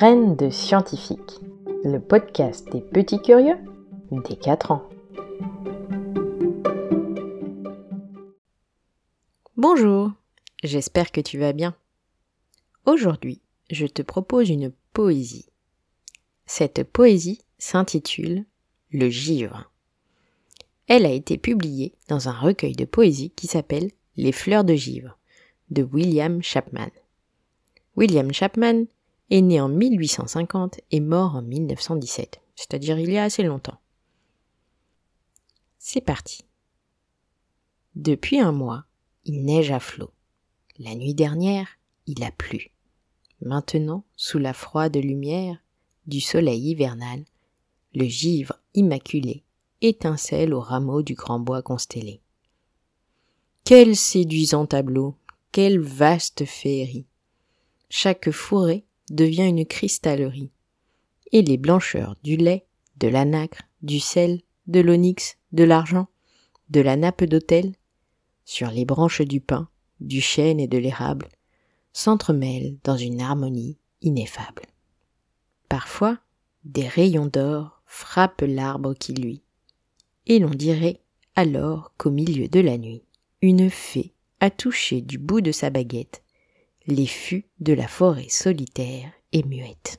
Graines de scientifique, le podcast des petits curieux des 4 ans. Bonjour, j'espère que tu vas bien. Aujourd'hui, je te propose une poésie. Cette poésie s'intitule « Le givre ». Elle a été publiée dans un recueil de poésie qui s'appelle « Les fleurs de givre » de William Chapman. William Chapman est né en 1850 et mort en 1917, c'est-à-dire il y a assez longtemps. C'est parti. Depuis un mois, il neige à flots. La nuit dernière, il a plu. Maintenant, sous la froide lumière du soleil hivernal, le givre immaculé étincelle aux rameaux du grand bois constellé. Quel séduisant tableau, quelle vaste féerie! Chaque fourré devient une cristallerie, et les blancheurs du lait, de la nacre, du sel, de l'onyx, de l'argent, de la nappe d'autel, sur les branches du pin, du chêne et de l'érable, s'entremêlent dans une harmonie ineffable. Parfois, des rayons d'or frappent l'arbre qui luit, et l'on dirait alors qu'au milieu de la nuit, une fée a touché du bout de sa baguette les fûts de la forêt solitaire et muette.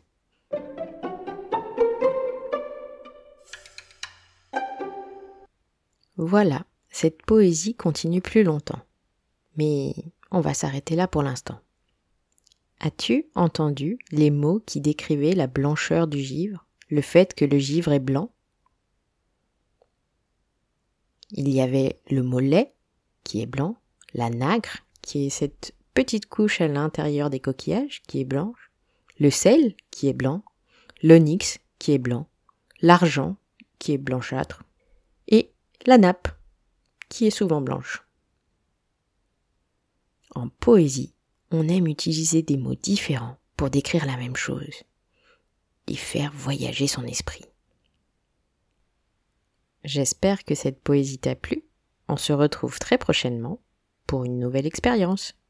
Voilà, cette poésie continue plus longtemps, mais on va s'arrêter là pour l'instant. As-tu entendu les mots qui décrivaient la blancheur du givre, le fait que le givre est blanc? Il y avait le mot lait, qui est blanc, la nacre, qui est cette petite couche à l'intérieur des coquillages, qui est blanche, le sel, qui est blanc, l'onyx, qui est blanc, l'argent, qui est blanchâtre, et la nappe, qui est souvent blanche. En poésie, on aime utiliser des mots différents pour décrire la même chose et faire voyager son esprit. J'espère que cette poésie t'a plu. On se retrouve très prochainement pour une nouvelle expérience.